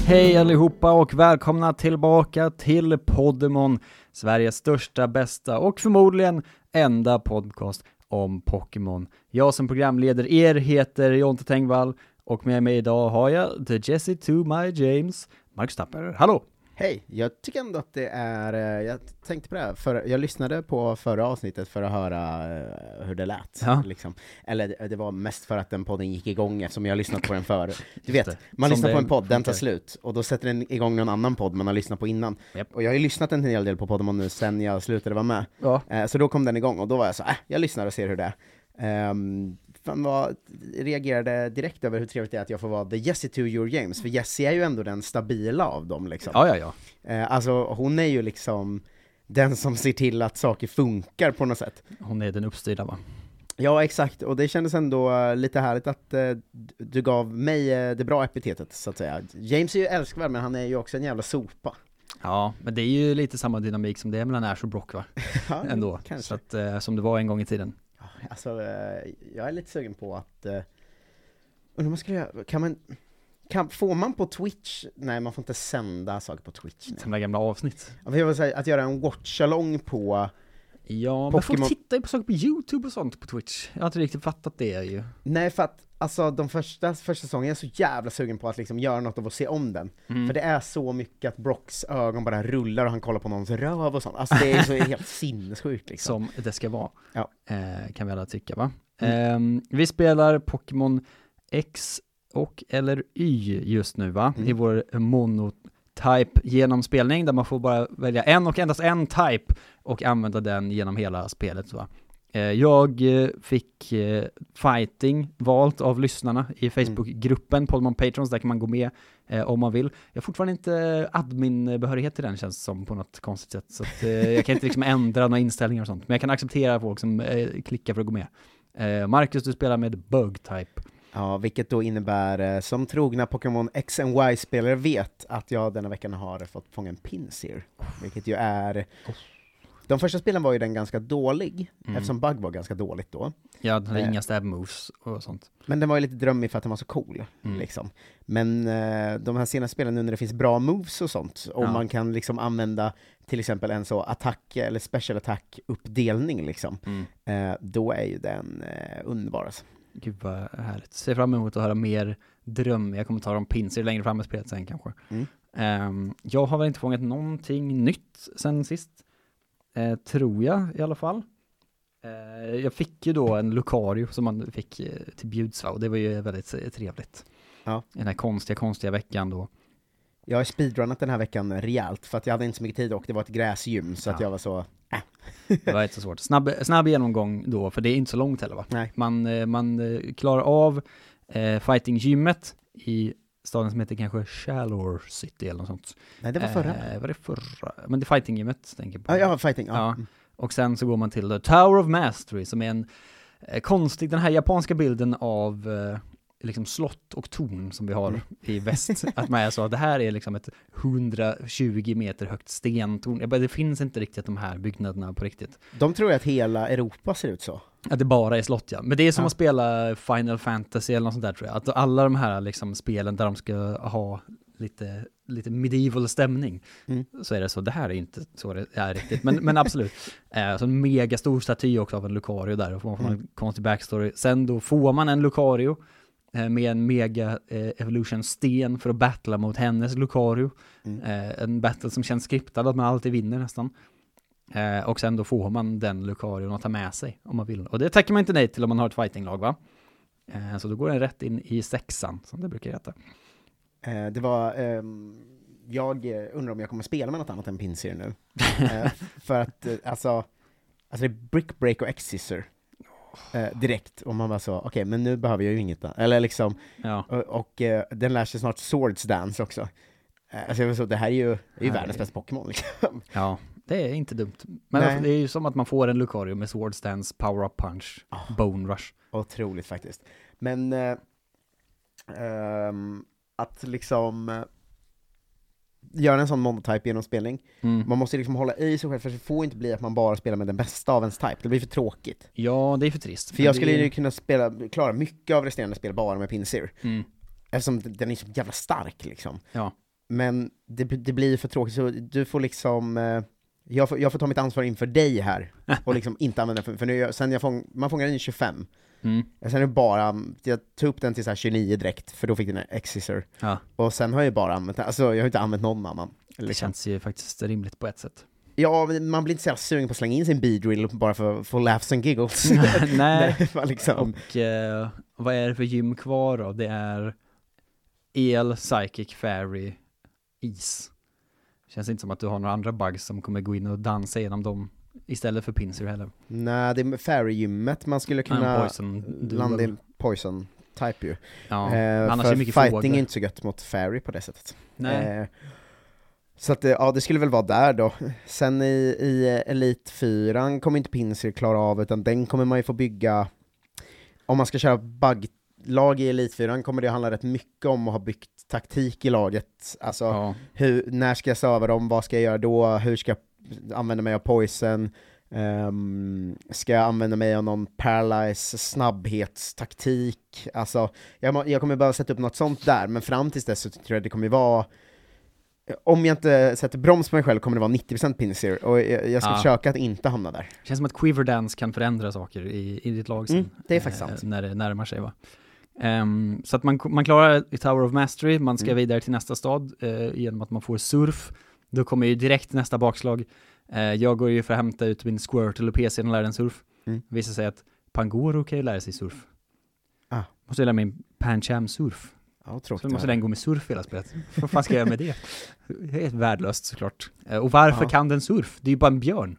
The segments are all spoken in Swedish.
Hej allihopa och välkomna tillbaka till Poddemon, Sveriges största, bästa och förmodligen enda podcast om Pokémon. Jag som programleder er heter Jonte Tengvall och med mig idag har jag The Jesse to my James, Mark Tapper. Hallå! Hej, jag tycker ändå att det är, jag tänkte på det här, jag lyssnade på förra avsnittet för att höra hur det lät. Ja. Liksom. Eller det var mest för att den podden gick igång eftersom jag har lyssnat på den förr. Du vet, man Som lyssnar på en podd, den tar funkar. slut, och då sätter den igång någon annan podd man har lyssnat på innan. Japp. Och jag har ju lyssnat en hel del på Poddemon nu sen jag slutade vara med. Ja. Så då kom den igång och då var jag så jag lyssnar och ser hur det är. Reagerade direkt över hur trevligt det är att jag får vara the Jessie to your James, för Jessie är ju ändå den stabila av dem liksom. Ja. Alltså hon är ju liksom den som ser till att saker funkar på något sätt. Hon är den uppstyrda, va? Ja, exakt, och det kändes ändå lite härligt att du gav mig det bra epitetet, så att säga. James är ju älskvärd, men han är ju också en jävla sopa. Ja, men det är ju lite samma dynamik som det är mellan Ash och Brock, va? Ja, Ändå, kanske. så att, som det var en gång i tiden. Alltså, jag är lite sugen på att undrar man skulle får man på Twitch? Nej, man får inte sända saker på Twitch. Samla gamla avsnitt. Ja, jag vill säga att göra en watchalong på Ja, men Pokémon. folk tittar ju på saker på YouTube och sånt på Twitch. Jag har inte riktigt fattat det ju. Nej, för att alltså, de första säsongen är jag så jävla sugen på att liksom göra något av att se om den. För det är så mycket att Brocks ögon bara rullar och han kollar på någons röv och sånt. Alltså det är så helt sinnessjukt liksom. Som det ska vara. Ja. Kan vi alla tycka, va? Vi spelar Pokémon X och eller Y just nu, va? I vår monotype genomspelning där man får bara välja en och endast en type och använda den genom hela spelet, va? Jag fick fighting valt av lyssnarna i Facebookgruppen Pokémon Patrons, där kan man gå med om man vill. Jag har fortfarande inte admin-behörighet till den, känns som, på något konstigt sätt. Så att, jag kan inte liksom ändra några inställningar och sånt. Men jag kan acceptera folk som klickar för att gå med. Marcus, du spelar med Bug-type. Ja, vilket då innebär, som trogna Pokémon X and Y-spelare vet, att jag denna veckan har fått fånga en Pinsir. Vilket ju är... De första spelen var ju den ganska dålig, eftersom Bug var ganska dåligt då. Ja, den hade inga stab moves och sånt. Men den var ju lite drömmig för att den var så cool, liksom. Men de här senaste spelen, nu när det finns bra moves och sånt, och man kan liksom använda till exempel en så attack eller special attack uppdelning liksom, då är ju den underbar alltså. Gud vad härligt. Ser fram emot att höra mer drömmiga kommentarer om Pinsir längre fram i spelet sen kanske. Jag har väl inte fångat någonting nytt sen sist. Tror jag i alla fall. Jag fick ju då en Lucario som man fick till bjudsva, och det var ju väldigt trevligt. Ja. Den här konstiga veckan då. Jag har speedrunnat den här veckan rejält för att jag hade inte så mycket tid och det var ett gräsgym, så att jag var så... Det var inte så svårt. Snabb genomgång då, för det är inte så långt heller, va? Nej. Man klarar av fighting-gymmet i staden som heter kanske Shalor City eller något sånt. Nej, det var förra. Var det förra? Men det är fighting-gymmet, tänker jag på. Ja, fighting. Ja. Och sen så går man till The Tower of Mastery, som är en konstig, den här japanska bilden av liksom slott och torn som vi har i väst. Att man är så, det här är liksom ett 120 meter högt stentorn. Det finns inte riktigt de här byggnaderna på riktigt. De tror att hela Europa ser ut så. Att det bara är slott, ja. Men det är som att spela Final Fantasy eller något sånt där, tror jag. Att alla de här liksom spelen där de ska ha lite medieval stämning, så är det så. Det här är inte så det är riktigt, men absolut. Så en mega stor staty också av en Lucario där, och får man en konstig backstory. Sen då får man en Lucario med en mega evolution sten för att battla mot hennes Lucario. En battle som känns skriptad, att man alltid vinner nästan. Och sen då får man den Lucario att ta med sig om man vill. Och det tackar man inte nej till om man har ett fightinglag, va? Så då går den rätt in i 6an, som det brukar heta. Det var... jag undrar om jag kommer spela med något annat än Pinsir nu. För att, alltså det är Brick Break och X-Scissor. Direkt, och man var så, okej, men nu behöver jag ju inget där. Eller liksom, och den lär sig snart Swords Dance också. Alltså jag var så, det här är ju världens bästa Pokémon liksom. Ja, det är inte dumt. Men alltså, det är ju som att man får en Lucario med Swords Dance, Power Up Punch, Bone Rush. Otroligt faktiskt. Men att liksom göra en sån monotype genomspelning. Man måste liksom hålla i sig själv, för det får inte bli att man bara spelar med den bästa av ens type. Det blir för tråkigt. Ja, det är för trist. För jag skulle ju kunna klara mycket av resterande spel bara med Pinsir. Eftersom den är så jävla stark liksom. Ja. Men det blir för tråkigt, så du får liksom... Jag får ta mitt ansvar inför dig här och liksom inte använda för nu, man fångar den i 25. Sen är det bara, jag tog upp den till så här 29 direkt, för då fick den en Excisor. Ja. Och sen har jag bara använt den, alltså jag har inte använt någon annan. Det känns ju faktiskt rimligt på ett sätt. Ja, man blir inte så sugen på att slänga in sin beadrill bara för laughs and giggles. Nej, liksom. Och vad är det för gym kvar då? Det är el, psychic, fairy, is. Känns inte som att du har några andra bugs som kommer gå in och dansa igenom dem istället för Pinsir heller. Nej, det är fairy-gymmet man skulle kunna landa i poison type ju. Ja, annars är mycket fighting är inte så gött mot fairy på det sättet. Nej. Så att det skulle väl vara där då. Sen i Elite 4 kommer inte Pinsir klara av, utan den kommer man ju få bygga. Om man ska köra buglag i Elite 4 kommer det handla rätt mycket om att ha byggt taktik i laget. Alltså, när ska jag serva dem? Vad ska jag göra då? Hur ska jag använda mig av poison? Ska jag använda mig av någon paralyze snabbhetstaktik? Alltså, jag kommer bara sätta upp något sånt där, men fram tills dess så tror jag det kommer vara, om jag inte sätter broms på mig själv kommer det vara 90% Pinsir, och jag ska försöka att inte hamna där. Det känns som att Quiver Dance kan förändra saker i ditt lag sen, det är faktiskt sant. När det närmar sig, va? Så att man klarar i Tower of Mastery, man ska vidare till nästa stad genom att man får surf. Då kommer ju direkt nästa bakslag. Jag går ju för att hämta ut min Squirtle och PC och lära den surf. Visar sig att Pangoro kan ju lära sig surf. Måste jag lära mig Pancham surf. Så måste den gå med surf hela spelet. Vad fan ska jag göra med det? Det är värdelöst såklart. Och varför kan den surf? Det är ju bara en björn.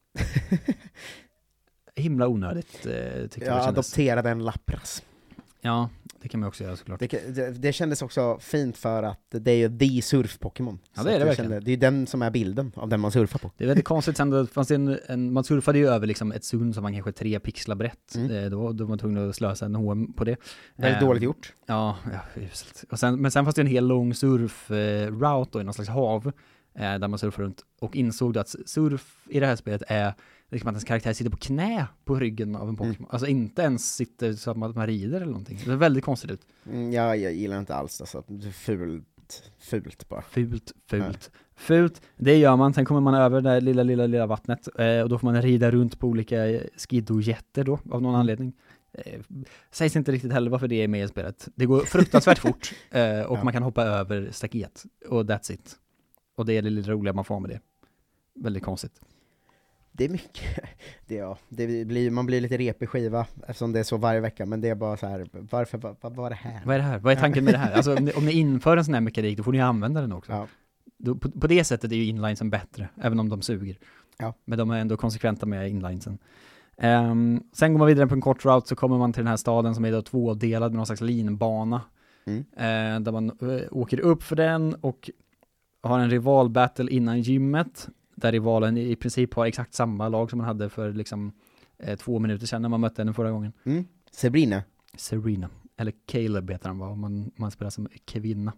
Himla onödigt tycker jag. Jag adopterade en Lapras. Ja, det kan man också göra såklart. Det kändes också fint för att det är ju the surf-Pokémon. Ja, det är det verkligen. Det är den som är bilden av den man surfar på. Det är väldigt konstigt sen då, fanns man surfade ju över liksom ett sund som var kanske 3 pixlar brett. Då var man tvungen att slösa en HM på det. Väldigt dåligt gjort. Ja, uselt. Men sen fanns det en hel lång surf-route då i någon slags hav där man surfar runt, och insåg att surf i det här spelet är liksom att ens karaktär sitter på knä på ryggen av en Pokémon. Alltså inte ens sitter så att man rider eller någonting. Det är väldigt konstigt ut. Ja, jag gillar inte alls det, så fult bara. Fult. Det gör man. Sen kommer man över det där lilla vattnet och då får man rida runt på olika skidojätter då av någon anledning. Sägs inte riktigt heller varför det är med i spelet. Det går fruktansvärt fort och man kan hoppa över staket och that's it. Och det är det lite roliga man får med det. Väldigt konstigt. Det är mycket. Man blir lite repig skiva eftersom det är så varje vecka, men det är bara så här, vad var det här? Vad är det här? Vad är tanken med det här? Alltså om ni inför en sån här mekanik, då får ni använda den också. Ja. På det sättet är ju inlinesen bättre, även om de suger. Ja. Men de är ändå konsekventa med inlinesen. Sen går man vidare på en kort route, så kommer man till den här staden som är då tvådelad med någon slags linbana. Där man åker upp för den och har en rivalbattle innan gymmet, där rivalen i princip har exakt samma lag som man hade för liksom 2 minuter sedan när man mötte henne förra gången. Serena. Eller Caleb heter han, om man spelar som kvinna.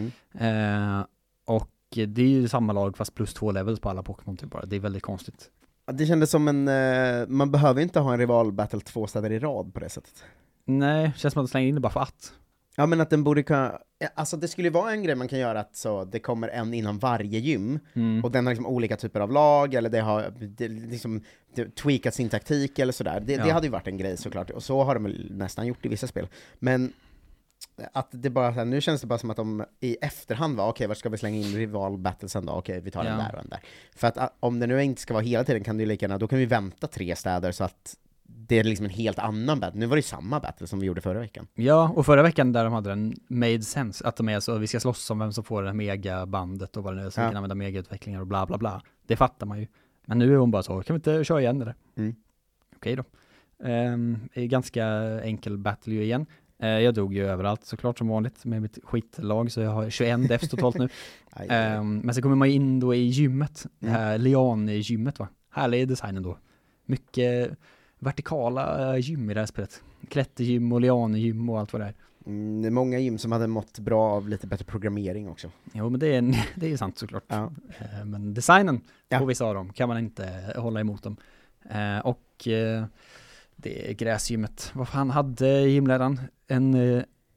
Och det är ju samma lag fast plus 2 levels på alla Pokémon typ bara. Det är väldigt konstigt. Det kändes som man behöver inte ha en rivalbattle 2 städer i rad på det sättet. Nej, det känns som att de slänger in det bara för att. Ja, men att den borde kunna... Alltså det skulle vara en grej man kan göra, att så det kommer en innan varje gym, och den har liksom olika typer av lag, eller det har liksom tweakat sin taktik eller sådär. Det hade ju varit en grej såklart, och så har de väl nästan gjort i vissa spel. Men att det bara så här, nu känns det bara som att de i efterhand var okej, var ska vi slänga in rival battlesen då? Okej, vi tar den där och den där. För att om det nu inte ska vara hela tiden, kan det ju lika gärna, då kan vi vänta 3 städer så att det är liksom en helt annan battle. Nu var det samma battle som vi gjorde förra veckan. Ja, och förra veckan där de hade den made sense, att de är så, vi ska slåss om vem som får det här megabandet och vad det är, så vi kan använda megautvecklingar och bla bla bla. Det fattar man ju. Men nu är hon bara så, kan vi inte köra igen det? Okej då. Ganska enkel battle ju igen. Jag dog ju överallt såklart som vanligt med mitt skitlag, så jag har 21 defs totalt nu. Men så kommer man in då i gymmet, Lian-gymmet, va? Härlig designen då. Mycket vertikala gym i det här spelet. Klättergym och liangym och allt vad det är. Det är många gym som hade mått bra av lite bättre programmering också. Jo, men det är sant såklart. Ja. Men designen på vissa av dem kan man inte hålla emot dem. Och det är gräsgymmet. Vad fan hade gymledaren?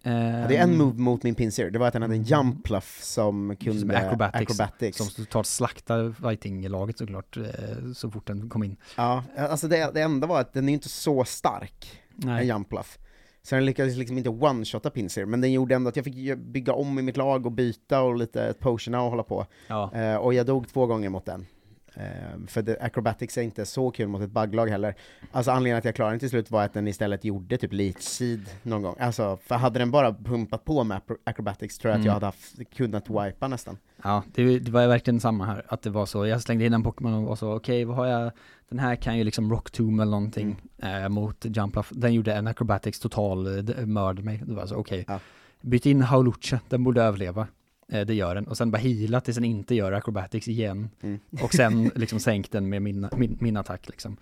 Det är en move mot min pincer. Det var att den hade en jump pluff som kunde acrobatics. Som totalt slakta fighting-laget såklart så fort den kom in. Ja, alltså det enda var att den är inte så stark, en jump pluff. Så den lyckades liksom inte one-shotta pincer, men den gjorde ändå att jag fick bygga om i mitt lag och byta och lite potiona och hålla på. Ja. Och jag dog 2 gånger mot den. För acrobatics är inte så kul mot ett buglag heller. Alltså anledningen att jag klarade den till slut var att den istället gjorde typ leech seed någon gång. Alltså, för hade den bara pumpat på med acrobatics tror jag att jag hade kunnat wipa nästan. Ja, det var verkligen samma här. Att det var så, jag slängde in en Pokémon och var så, okej, vad har jag? Den här kan ju liksom Rock Tomb eller någonting mot Jump Off. Den gjorde en acrobatics total mörd mig. Det var så, okej. Byt in Howlucha, den borde överleva. Det gör den. Och sen bara heala tills den inte gör acrobatics igen. Och sen liksom sänk den med min attack liksom.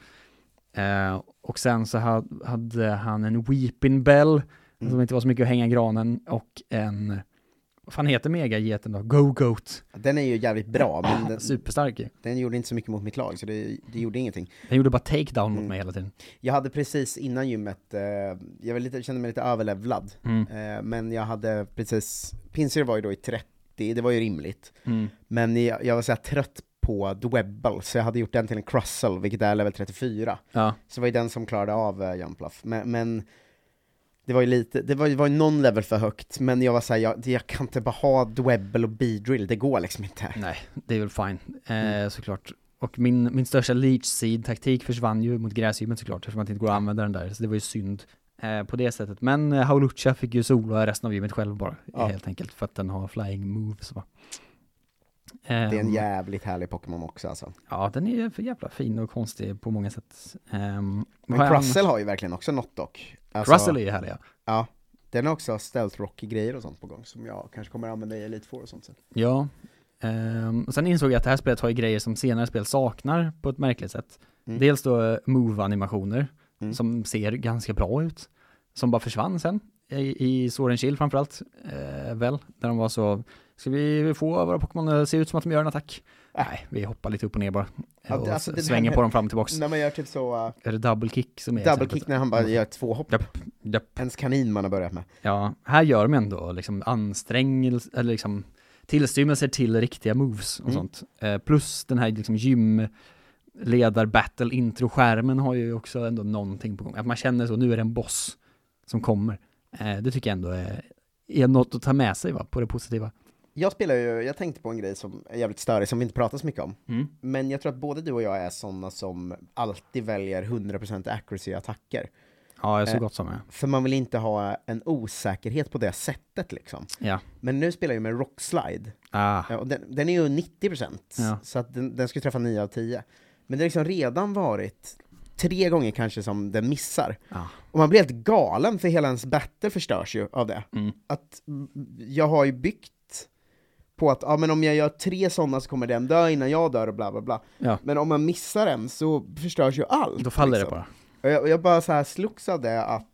Och sen så hade han en Weeping Bell som inte var så mycket att hänga i granen. Och en, vad fan heter megageten då? Go-Goat. Den är ju jävligt bra. Men den, superstark. Den gjorde inte så mycket mot mitt lag, så det gjorde ingenting. Den gjorde bara takedown mot mig hela tiden. Jag hade precis innan gymmet, jag kände mig lite överlevlad. Men jag hade precis, pincer var ju då i 30, det var ju rimligt. Men jag var så här trött på Dwebble, så jag hade gjort den till en Crustle, vilket är level 34. Ja. Så var ju den som klarade av Jumpluff. Men det var ju lite, det var ju någon level för högt, men jag var så här, jag kan inte bara ha Dwebble och Beedrill, det går liksom inte. Nej, det är väl fine, såklart. Och min största Leech Seed-taktik försvann ju mot gräsgymmet såklart, eftersom att det inte går att använda den där, så det var ju synd på det sättet. Men Howlucha fick ju solo resten av gymmet själv bara, helt enkelt, för att den har flying moves. Det är en jävligt härlig Pokémon också alltså. Ja, den är för jävla fin och konstig på många sätt. Men Crustle har ju verkligen också något dock. Alltså, Crustle är ju härlig, ja. Den har också stealth rocky-grejer och sånt på gång som jag kanske kommer använda i Elite Four och sånt. Ja. Sen insåg jag att det här spelet har ju grejer som senare spel saknar på ett märkligt sätt. Dels då move-animationer som ser ganska bra ut. Som bara försvann sen. I Sword and Shield framförallt. Där de var så, ska vi få våra Pokémon att se ut som att de gör en attack? Nej, vi hoppar lite upp och ner bara. Och alltså, svänger på dem fram och tillbaks. När man gör typ så... Är det double kick som är... Double kick när han bara gör 2 hopp. Japp. Ens kanin man har börjat med. Ja, här gör de ändå liksom ansträngelse, eller liksom tillstymmelser till riktiga moves och sånt. Plus den här liksom gymledar-battle intro-skärmen har ju också ändå någonting på gång. Att man känner så, nu är det en boss som kommer. Det tycker jag ändå är något att ta med sig, va, på det positiva. Jag tänkte på en grej som är jävligt störig, som vi inte pratar så mycket om. Men jag tror att både du och jag är sådana som alltid väljer 100% accuracy-attacker. Ja, jag är så gott som jag. För man vill inte ha en osäkerhet på det sättet liksom. Ja. Men nu spelar jag med Rockslide. Och den är ju 90%. Så att den ska träffa 9 av 10. Men det har liksom redan varit 3 gånger kanske som den missar. Och man blir helt galen, för hela ens battle förstörs ju av det. Att jag har ju byggt på att men om jag gör 3 sådana så kommer den dö innan jag dör och bla bla bla. Men om man missar en så förstörs ju allt. Då faller liksom. Det bara. Och jag bara så här slogs av det att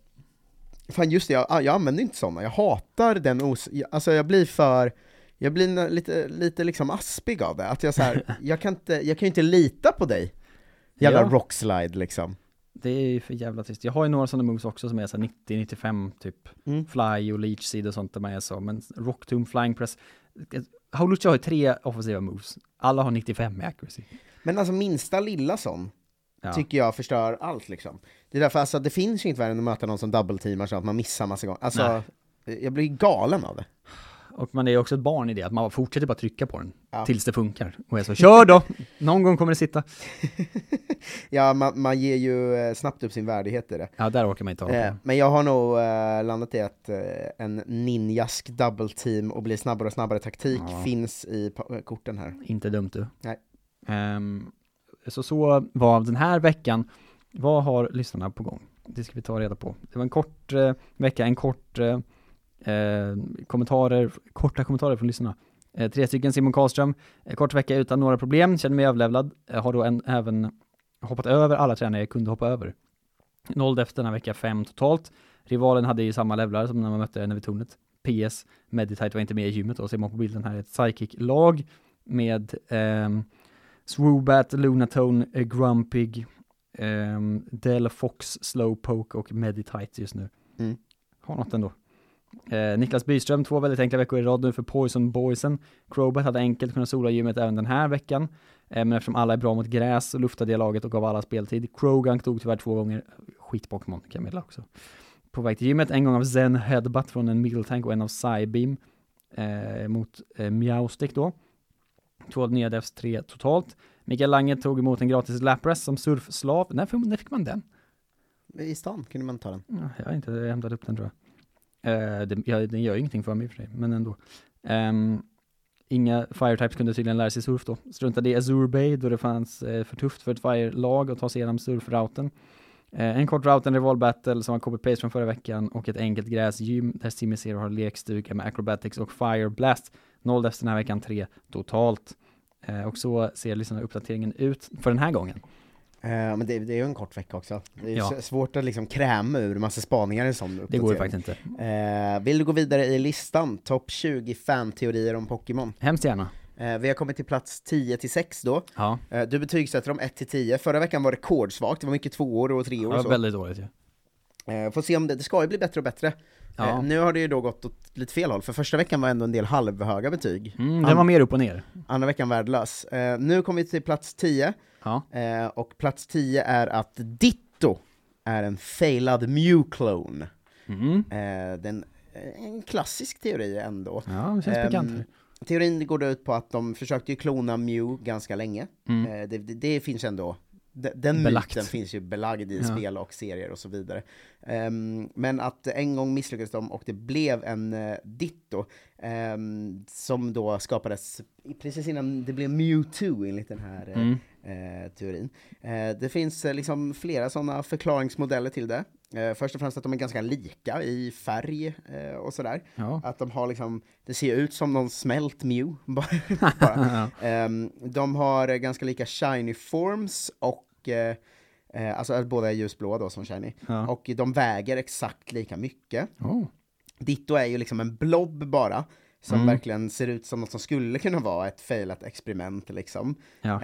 fan just det, jag använder inte sådana. Jag hatar den alltså jag blir lite liksom aspig av det. Att jag så här, jag kan ju inte lita på dig. Jävla rockslide liksom. Det är ju för jävla trist. Jag har ju några sådana moves också som är så 90-95 typ. Fly och leech seed och sånt där man är så. Men rock tomb, flying press. Howlucha har ju 3 offensiva moves. Alla har 95 i accuracy. Men alltså minsta lilla sån tycker jag förstör allt liksom. Det är därför alltså, det finns ju inte värre än att möta någon som double-teamar så att man missar massa gånger. Alltså, jag blir galen av det. Och man är ju också ett barn i det, att man fortsätter bara trycka på den tills det funkar. Och jag så, kör då! Någon gång kommer det sitta. Ja, man ger ju snabbt upp sin värdighet i det. Ja, där orkar man inte ha på. Men jag har nog landat i att en ninjask double team och bli snabbare och snabbare taktik finns i korten här. Inte dumt du. Nej. Så var den här veckan. Vad har lyssnarna på gång? Det ska vi ta reda på. Det var en kort vecka, korta kommentarer från lyssnarna. 3 stycken Simon Karlström. Kort vecka utan några problem. Känner mig överlevlad. Har då även hoppat över alla tränare jag kunde hoppa över. 0 efter den här vecka, 5 totalt. Rivalen hade ju samma levlar som när man mötte den vid tornet. PS, Meditite var inte med i gymmet då. Ser man på bilden här ett Psychic-lag med Swoobat, Lunatone, Grumpig, Delphox, Slowpoke och Meditite just nu. Har något ändå. Niklas Byström, 2 väldigt enkla veckor i rad nu för Poison Boysen. Crobat hade enkelt kunnat sola gymmet även den här veckan. Men eftersom alla är bra mot gräs så luftade jag laget och gav alla speltid. Krogan tog tyvärr 2 gånger. Skit-Pokémon kan jag meddela också. På väg till gymmet, en gång av Zen Headbutt från en Middle Tank och en av Psybeam mot Meowstick då. 2 nya defs, 3 totalt. Mikael Lange tog emot en gratis Lapras som surfslav. När fick man den? I stan kunde man ta den. Ja, jag har inte hämtat upp den tror jag. Den gör ingenting för mig i och för sig, men ändå. Inga Fire-types kunde tydligen lära sig surf då. Struntade i Azure Bay då det fanns för tufft för ett Fire-lag att ta sig igenom surfrouten. En kort route, en Revolve Battle som var copy-paste från förra veckan och ett enkelt gräsgym där Simi Zero har lekstuga med Acrobatics och Fire Blast. 0 efter den här veckan, 3 totalt. Och så ser liksom uppdateringen ut för den här gången. Men det är ju en kort vecka också. Det är svårt att liksom kräma ur massa spaningar i sån uppdatering. Det går ju faktiskt inte. Vill du gå vidare i listan? Topp 20 fan-teorier om Pokémon. Hemskt gärna. Vi har kommit till plats 10-6 då. Ja. Du betygsätter dem 1-10. Förra veckan var rekordsvagt. Det var mycket 2-år och 3-år. Ja, så. väldigt dåligt Får se om det ska ju bli bättre och bättre. Ja. Nu har det ju då gått åt lite fel håll. För första veckan var ändå en del halvhöga betyg. Den var mer upp och ner. Andra veckan värdelös. Nu kommer vi till plats 10. Ja. Och plats 10 är att Ditto är en failad Mew-clone. En klassisk teori ändå. Ja, det känns bekant. Teorin går ut på att de försökte ju klona Mew ganska länge. Det finns ändå, den myten finns ju belagd i spel och serier och så vidare. Men att en gång misslyckades de och det blev en Ditto som då skapades precis innan det blev Mewtwo enligt den här teorin. Det finns liksom flera sådana förklaringsmodeller till det. Först och främst att de är ganska lika i färg och sådär. Ja. Att de har liksom, det ser ut som någon smält Mew bara. De har ganska lika shiny forms och alltså att båda är ljusblå då som shiny. Ja. Och de väger exakt lika mycket. Ditto är ju liksom en blob bara som verkligen ser ut som något som skulle kunna vara ett failat experiment liksom. Ja.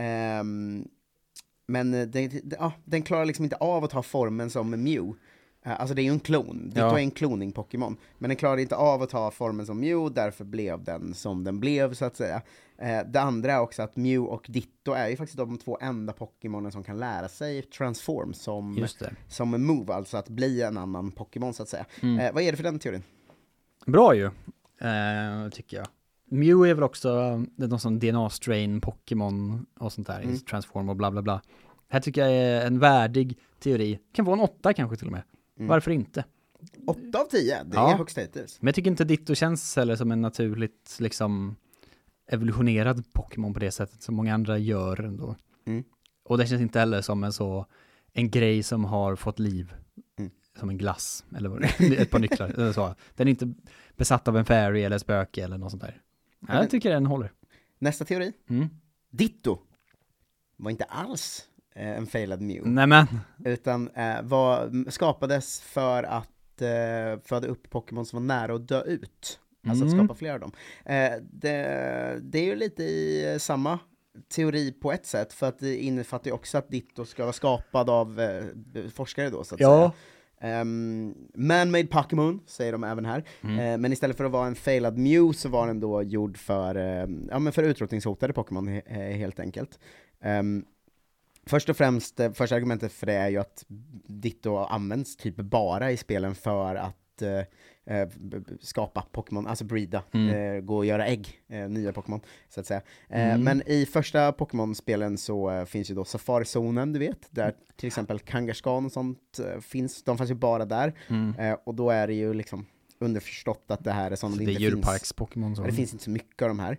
Men den klarar liksom inte av att ha formen som Mew. Alltså det är ju en klon. Ditto är en kloning-Pokémon. Men den klarar inte av att ta formen som Mew, därför blev den som den blev så att säga. Det andra är också att Mew och Ditto är ju faktiskt de 2 enda Pokémonen som kan lära sig transform som en move, alltså att bli en annan Pokémon så att säga. Vad är det för den teorin? Bra ju, tycker jag. Mew är väl också någon sån DNA-strain Pokémon och sånt där, transform och bla bla bla. Här tycker jag är en värdig teori. Kan vara en 8 kanske till och med. Varför inte? 8 av 10, det är högst hittills. Men jag tycker inte Ditto känns heller som en naturligt liksom evolutionerad Pokémon på det sättet som många andra gör ändå. Och det känns inte heller som en grej som har fått liv. Som en glass eller vad ett par nycklar eller så. Den är inte besatt av en fairy eller spöke eller något sånt där. Jag tycker den håller. Nästa teori. Ditto var inte alls en failad Mew. Nämen. Utan skapades för att föda upp Pokémon som var nära att dö ut. Alltså att skapa fler av dem. Det är ju lite i samma teori på ett sätt, för att det innefattar ju också att Ditto ska vara skapad av forskare då så att säga. Man-made Pokémon säger de även här. Men istället för att vara en failad Mew så var den då gjord för utrotningshotade Pokémon helt enkelt. Först och främst, första argumentet för det är ju att Ditto används typ bara i spelen för att skapa Pokémon, alltså breeda, gå och göra ägg, nya Pokémon så att säga. Men i första Pokémon-spelen så finns ju då Safari-zonen, du vet, där till exempel Kangaskhan och sånt finns, de fanns ju bara där. Och då är det ju liksom underförstått att det här är sånt, så det inte finns. Pokémon, det finns inte så mycket av de här.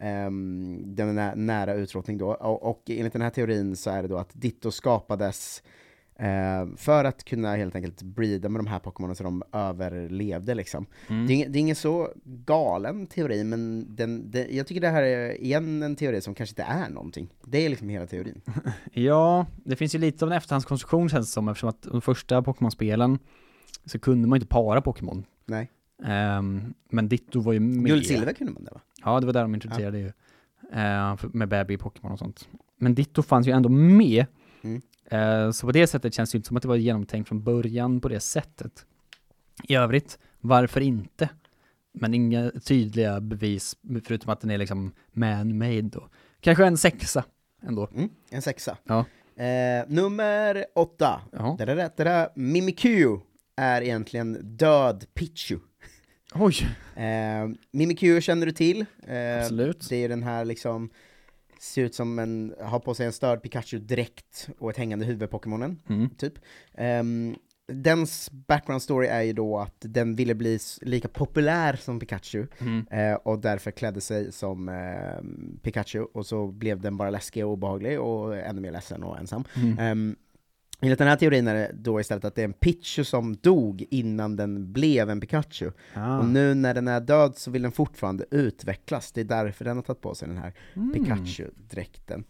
Den är nära utrotning då. Och enligt den här teorin så är det då att Ditto skapades för att kunna helt enkelt breeda med de här Pokémonen så de överlevde liksom. Det är ingen så galen teori, men jag tycker det här är igen en teori som kanske inte är någonting. Det är liksom hela teorin. Ja, det finns ju lite av en efterhandskonstruktion känns det som, eftersom att de första Pokémon-spelen så kunde man inte para Pokémon. Nej. Men Ditto var ju med. Guldsilver kunde man det, va? Ja, det var där de introducerade ju med Baby Pokémon och sånt. Men Ditto fanns ju ändå med. Så på det sättet känns det inte som att det var genomtänkt från början på det sättet. I övrigt, varför inte? Men inga tydliga bevis, förutom att den är liksom man-made då. Kanske en 6 ändå. En 6. Ja. Nummer 8. Ja. Det är rätt. Det där Mimikyu är egentligen död Pichu. Oj. Mimikyu känner du till. Absolut. Det är den här liksom, ser ut som har på sig en störd Pikachu-dräkt och ett hängande huvud-Pokémonen, typ. Dens background story är ju då att den ville bli lika populär som Pikachu och därför klädde sig som Pikachu, och så blev den bara läskig och obehaglig och ännu mer ledsen och ensam. Enligt den här teorin är det då istället att det är en Pichu som dog innan den blev en Pikachu. Och nu när den är död så vill den fortfarande utvecklas. Det är därför den har tagit på sig den här Pikachu-dräkten.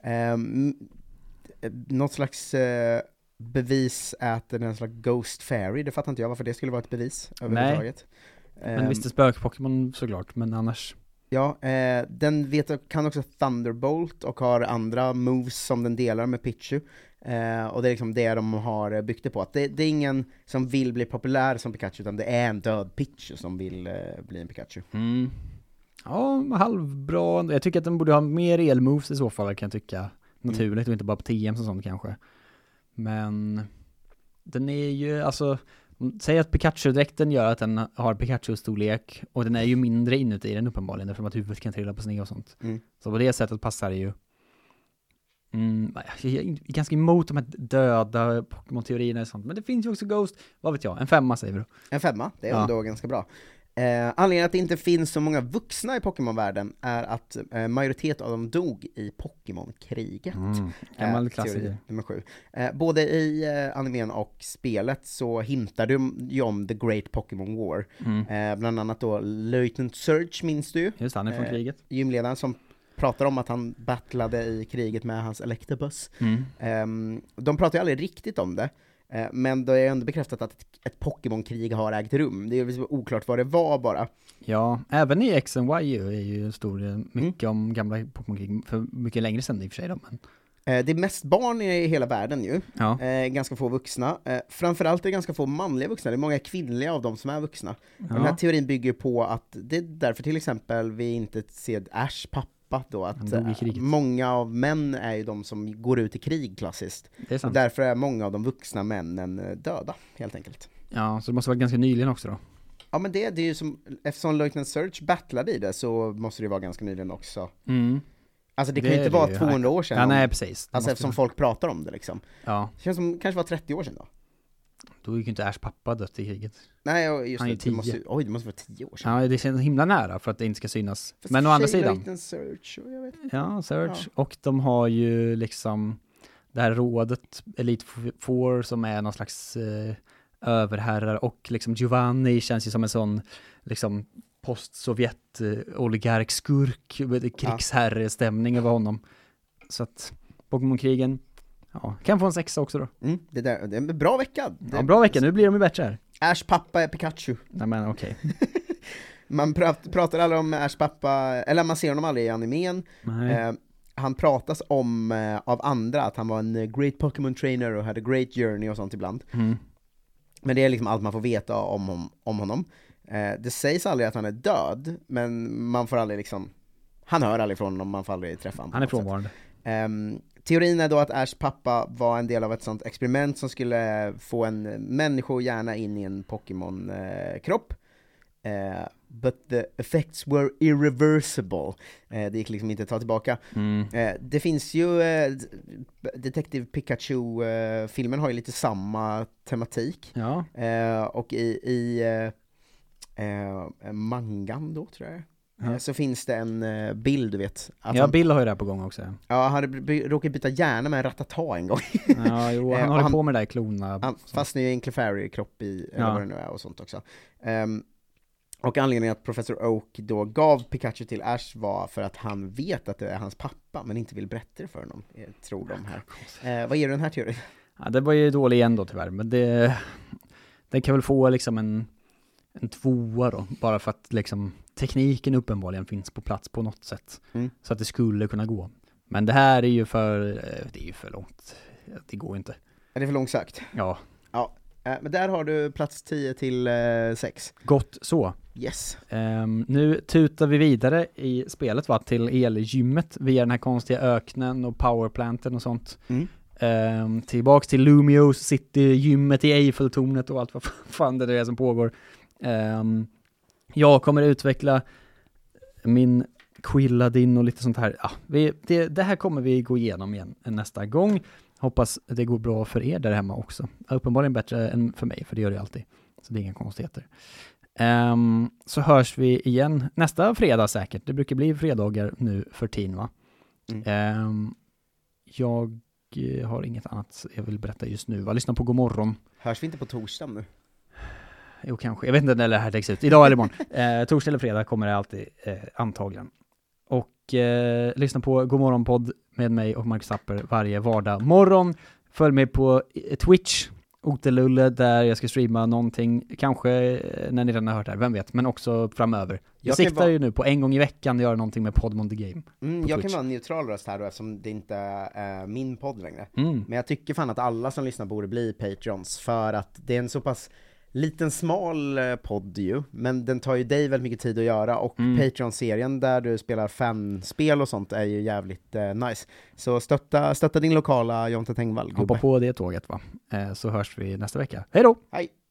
Något slags bevis att den är en slags Ghost Fairy. Det fattar inte jag varför det skulle vara ett bevis överhuvudtaget. Men visst är spök-Pokémon såklart, men annars... Ja, den kan också Thunderbolt och har andra moves som den delar med Pichu. Och det är liksom det de har byggt det på. Att det är ingen som vill bli populär som Pikachu, utan det är en död Pichu som vill bli en Pikachu. Ja, halvbra. Jag tycker att den borde ha mer elmoves i så fall, kan jag tycka. Naturligt och inte bara på TM och sånt kanske. Men den är ju, alltså, säg att Pikachu-dräkten gör att den har Pikachu-storlek och den är ju mindre inuti den uppenbarligen, därför att huvudet kan trilla på sned och sånt. Så på det sättet passar det ju. Jag är ganska emot de här döda Pokémon-teorierna och sånt, men det finns ju också Ghost, vad vet jag, en 5 säger vi då. En 5, det är ändå ganska bra. Anledningen att det inte finns så många vuxna i Pokémon-världen är att majoritet av dem dog i Pokémon-kriget. Gammal klassiker. Nummer 7. Både i animen och spelet så hintar du ju om The Great Pokémon War. Bland annat då Lieutenant Surge, minns du? Just han är från kriget. Gymledaren som pratar om att han battlade i kriget med hans Electabuzz. De pratar ju aldrig riktigt om det. Men det är ändå bekräftat att ett Pokémon-krig har ägt rum. Det är ju oklart vad det var bara. Ja, även i X and Y är ju stor mycket om gamla Pokémon-krig för mycket längre sedan i och för sig. Men... Det är mest barn i hela världen ju. Ja. Ganska få vuxna. Framförallt är det ganska få manliga vuxna. Det är många kvinnliga av dem som är vuxna. Den här teorin bygger på att det är därför till exempel vi inte ser Ash pappa då, att många av män är ju de som går ut i krig klassiskt. Och därför är många av de vuxna männen döda, helt enkelt. Ja, så det måste vara ganska nyligen också då. Ja, men det är ju som, eftersom Lieutenant Surge battlade i det så måste det vara ganska nyligen också. Alltså det kan ju inte vara 200 år sedan. Ja, nej, precis. Alltså eftersom folk pratar om det liksom. Ja. Det känns som kanske var 30 år sedan då. Då gick ju inte Ash pappa dött i kriget. Nej, just det. Det måste vara 10 år sedan. Ja, det känns himla nära för att det inte ska synas. Fast men å andra sidan. Surge, jag vet. Ja, Surge. Ja. Och de har ju liksom det här rådet Elite Four som är någon slags överherrar, och liksom Giovanni känns ju som en sån liksom post-sovjet oligarkskurk, krigsherrestämning över honom. Så att Pokémon-krigen kan få en 6 också då. Det är en bra vecka. Bra vecka, nu blir de ju bättre här. Ash pappa är Pikachu. Nej, men okej. Man pratar aldrig om Ash pappa, eller man ser honom aldrig i animen. Han pratas om av andra att han var en great Pokémon trainer och hade great journey och sånt ibland. Men det är liksom allt man får veta om honom. Det sägs aldrig att han är död, men man får aldrig liksom, han hör aldrig från honom, man får aldrig träffa honom. Han är frånvarande. Teorin är då att Ash pappa var en del av ett sånt experiment som skulle få en människohjärna in i en Pokémon-kropp. But the effects were irreversible. Det gick liksom inte att ta tillbaka. Det finns ju Detective Pikachu-filmen har ju lite samma tematik. Ja. Och i mangan då, tror jag. Så finns det en bild, du vet. Att Bill har ju det här på gång också. Ja, han hade råkat byta hjärna med en Ratata en gång. Ja, jo, han håller på med det där klona. Han fastnar ju i en Clefairy-kropp eller vad det nu är och sånt också. Och anledningen att Professor Oak då gav Pikachu till Ash var för att han vet att det är hans pappa, men inte vill berätta det för honom, tror de här. Vad ger du den här teorin? Ja, det var ju dålig igen då tyvärr, men det kan väl få liksom en 2 då, bara för att liksom tekniken uppenbarligen finns på plats på något sätt. Så att det skulle kunna gå. Men det här är ju för långt. Det går inte. Är det för långt sagt? Ja. Men där har du plats 10 till 6. Gott så. Yes. Nu tutar vi vidare i spelet, va, till elgymmet via den här konstiga öknen och powerplanten och sånt. Tillbaks till Lumios City-gymmet i Eiffeltornet och allt vad fan det är som pågår. Jag kommer utveckla min Quilladin och lite sånt här. Ja, det här kommer vi gå igenom igen nästa gång. Hoppas det går bra för er där hemma också. Uppenbarligen bättre än för mig, för det gör det alltid. Så det är inga konstigheter. Så hörs vi igen nästa fredag säkert. Det brukar bli fredagar nu för tiden, va? Jag har inget annat jag vill berätta just nu. Lyssna på Godmorgon. Hörs vi inte på torsdag nu? Jo, kanske. Jag vet inte när det här läggs ut. Idag eller imorgon. Torsdag eller fredag kommer det alltid antagligen. Och lyssna på Godmorgon-podd med mig och Marcus Zapper varje vardag morgon. Följ mig på Twitch, Otelulle, där jag ska streama någonting. Kanske när ni redan har hört det här, vem vet. Men också framöver. Jag siktar ju nu på en gång i veckan göra någonting med Podmon the Game. Jag kan vara en neutral röst här då, eftersom det inte är min podd längre. Men jag tycker fan att alla som lyssnar borde bli Patreons, för att det är en så pass liten smal podd ju, men den tar ju dig väldigt mycket tid att göra, och Patreon-serien där du spelar fanspel och sånt är ju jävligt nice. Så stötta din lokala Jonte Tengvall. Hoppa på det tåget, va? Så hörs vi nästa vecka. Hej då! Hej!